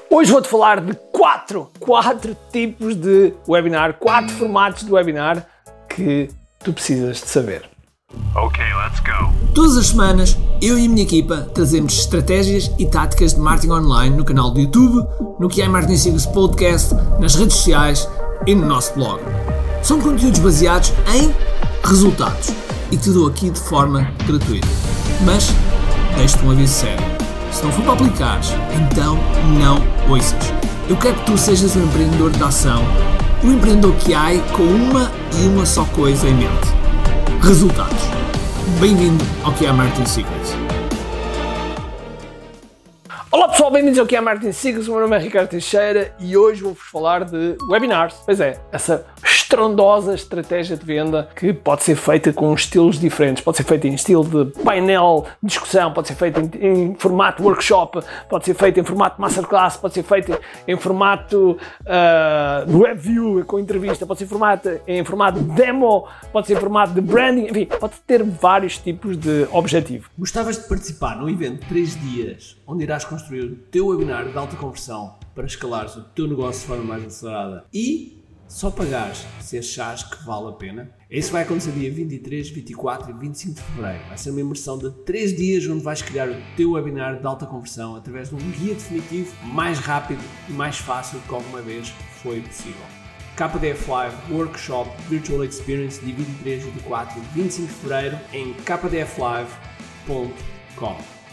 Hoje vou-te falar de quatro tipos de webinar, 4 formatos de webinar que tu precisas de saber. Ok, let's go. Todas as semanas, eu e a minha equipa trazemos estratégias e táticas de marketing online no canal do YouTube, no QI Marketing Secrets Podcast, nas redes sociais e no nosso blog. São conteúdos baseados em resultados e te dou aqui de forma gratuita. Mas, deixo-te um aviso sério. Se não for para aplicares, então não ouças. Eu quero que tu sejas um empreendedor de ação, um empreendedor que há com uma só coisa em mente: resultados. Bem-vindo ao QI Marketing Secrets. Olá pessoal, bem-vindos ao QI Marketing Secrets. O meu nome é Ricardo Teixeira e hoje vou-vos falar de webinars. Pois é, essa estrondosa estratégia de venda que pode ser feita com estilos diferentes. Pode ser feita em estilo de painel de discussão, pode ser feita em formato workshop, pode ser feita em formato masterclass, pode ser feita em formato de webview com entrevista, pode ser em formato demo, pode ser em formato de branding, enfim, pode ter vários tipos de objetivo. Gostavas de participar num evento de 3 dias onde irás construir o teu webinar de alta conversão para escalares o teu negócio de forma mais acelerada e só pagares se achares que vale a pena? Isso vai acontecer dia 23, 24 e 25 de fevereiro. Vai ser uma imersão de 3 dias onde vais criar o teu webinar de alta conversão através de um guia definitivo mais rápido e mais fácil do que alguma vez foi possível. KDF Live Workshop Virtual Experience dia 23, 24 e 25 de fevereiro em kdflive.com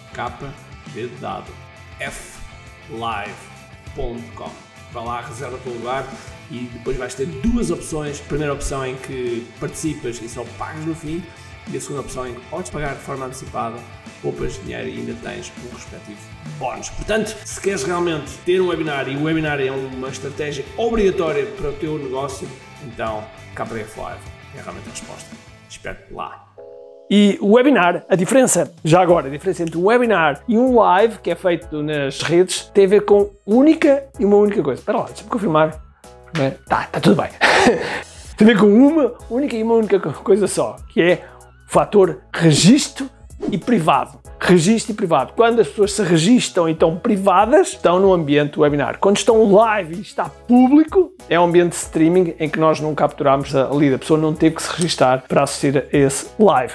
kdflive.com. Vai lá, reserva o teu lugar e depois vais ter 2 opções. A primeira opção em que participas e só pagas no fim, e a segunda opção em que podes pagar de forma antecipada, poupas dinheiro e ainda tens um respectivo bónus. Portanto, se queres realmente ter um webinar e o webinar é uma estratégia obrigatória para o teu negócio, então KDF Live é realmente a resposta. Espero-te lá. E o webinar, a diferença entre um webinar e um live que é feito nas redes tem a ver com uma única coisa. Espera lá, deixa-me confirmar. Tá tudo bem. Tem a ver com uma única coisa só, que é o fator registro e privado. Registro e privado. Quando as pessoas se registram e estão privadas, estão no ambiente do webinar. Quando estão live e está público, é um ambiente de streaming em que nós não capturamos a lead. A pessoa não teve que se registrar para assistir a esse live.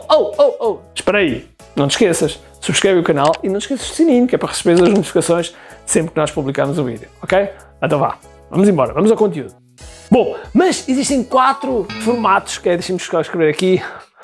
Espera aí. Não te esqueças. Subscreve o canal e não te esqueças do sininho, que é para receber as notificações sempre que nós publicarmos o vídeo. Ok? Então vá. Vamos embora. Vamos ao conteúdo. Bom, mas existem 4 formatos, deixem-me escrever aqui,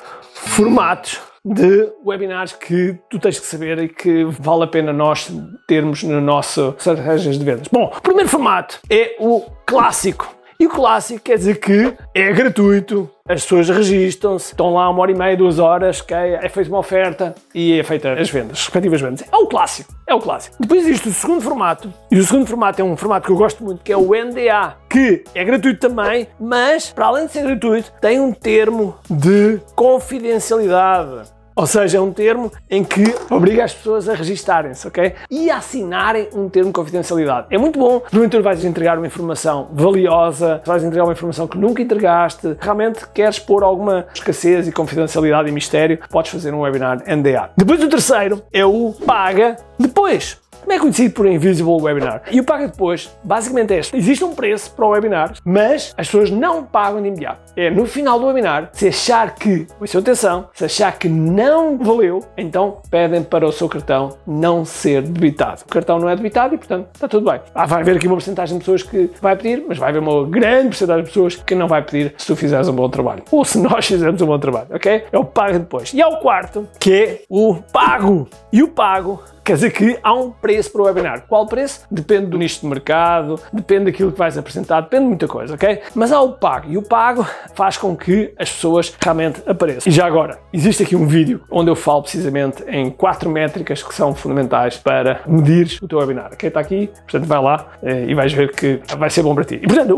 formatos de webinars que tu tens que saber e que vale a pena nós termos no nosso estratégias de vendas. Bom, o primeiro formato é o clássico. E o clássico quer dizer que é gratuito, as pessoas registram-se, estão lá 1h30, 2 horas, é feita uma oferta e é feita as vendas, as respectivas vendas. É o clássico. Depois existe o segundo formato, e o segundo formato é um formato que eu gosto muito, que é o NDA, que é gratuito também, mas para além de ser gratuito, tem um termo de confidencialidade. Ou seja, é um termo em que obriga as pessoas a registarem-se, ok? E a assinarem um termo de confidencialidade. É muito bom, no entanto vais entregar uma informação valiosa, vais entregar uma informação que nunca entregaste, realmente queres pôr alguma escassez e confidencialidade e mistério, podes fazer um webinar NDA. Depois o terceiro é o paga depois. Também é conhecido por Invisible Webinar. E o paga depois, basicamente é este. Existe um preço para o webinar, mas as pessoas não pagam de imediato. É no final do webinar, se achar que, ouçam atenção, se achar que não valeu, então pedem para o seu cartão não ser debitado. O cartão não é debitado e, portanto, está tudo bem. Vai haver aqui uma porcentagem de pessoas que vai pedir, mas vai haver uma grande porcentagem de pessoas que não vai pedir se tu fizeres um bom trabalho. Ou se nós fizermos um bom trabalho, ok? É o paga depois. E há o quarto, que é o pago. E o pago quer dizer que há um preço para o webinar. Qual preço? Depende do nicho de mercado, depende daquilo que vais apresentar, depende de muita coisa, ok? Mas há o pago. E o pago faz com que as pessoas realmente apareçam. E já agora, existe aqui um vídeo onde eu falo precisamente em 4 métricas que são fundamentais para medir o teu webinar. Ok? Está aqui, portanto vai lá e vais ver que vai ser bom para ti. E portanto, o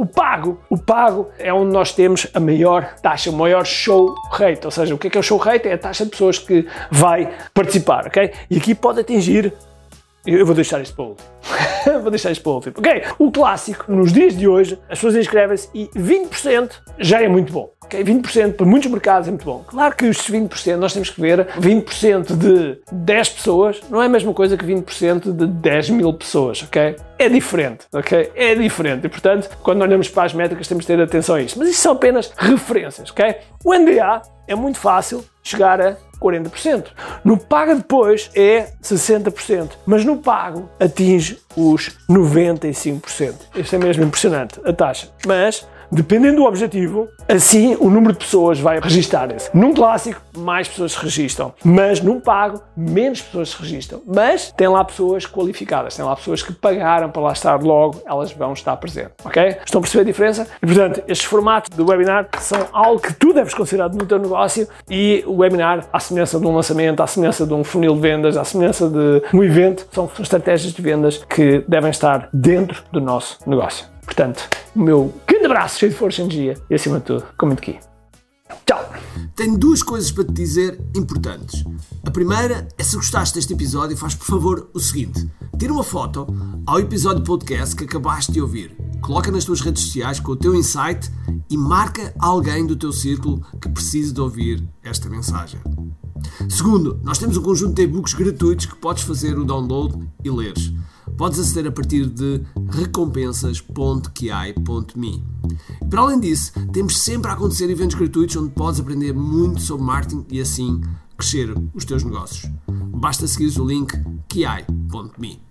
pago é onde nós temos a maior taxa, o maior show rate. Ou seja, o que é o show rate? É a taxa de pessoas que vai participar, ok? E aqui pode atingir Eu vou deixar isto para o último. Ok, o clássico, nos dias de hoje, as pessoas inscrevem-se e 20% já é muito bom. Ok, 20% para muitos mercados é muito bom. Claro que os 20% nós temos que ver, 20% de 10 pessoas não é a mesma coisa que 20% de 10 mil pessoas, ok? É diferente, ok? É diferente e, portanto, quando olhamos para as métricas temos que ter atenção a isto. Mas isto são apenas referências, ok? O NDA é muito fácil chegar a 40%. No paga depois é 60%, mas no pago atinge os 95%. Isto é mesmo impressionante, a taxa. Mas, dependendo do objetivo, assim o número de pessoas vai registarem-se. Num clássico, mais pessoas se registram, mas num pago, menos pessoas se registram. Mas tem lá pessoas qualificadas, tem lá pessoas que pagaram para lá estar logo, elas vão estar presentes, ok? Estão a perceber a diferença? E, portanto, estes formatos de webinar são algo que tu deves considerar no teu negócio e o webinar, à semelhança de um lançamento, à semelhança de um funil de vendas, à semelhança de um evento, são estratégias de vendas que devem estar dentro do nosso negócio. Portanto, o meu grande abraço, cheio de força e energia e, acima de tudo, comente aqui. Tchau! Tenho duas coisas para te dizer importantes. A primeira é, se gostaste deste episódio, faz por favor o seguinte: tira uma foto ao episódio podcast que acabaste de ouvir, coloca nas tuas redes sociais com o teu insight e marca alguém do teu círculo que precise de ouvir esta mensagem. Segundo, nós temos um conjunto de e-books gratuitos que podes fazer o download e leres. Podes aceder a partir de recompensas.ki.me. Para além disso, temos sempre a acontecer eventos gratuitos onde podes aprender muito sobre marketing e assim crescer os teus negócios. Basta seguir o link ki.me.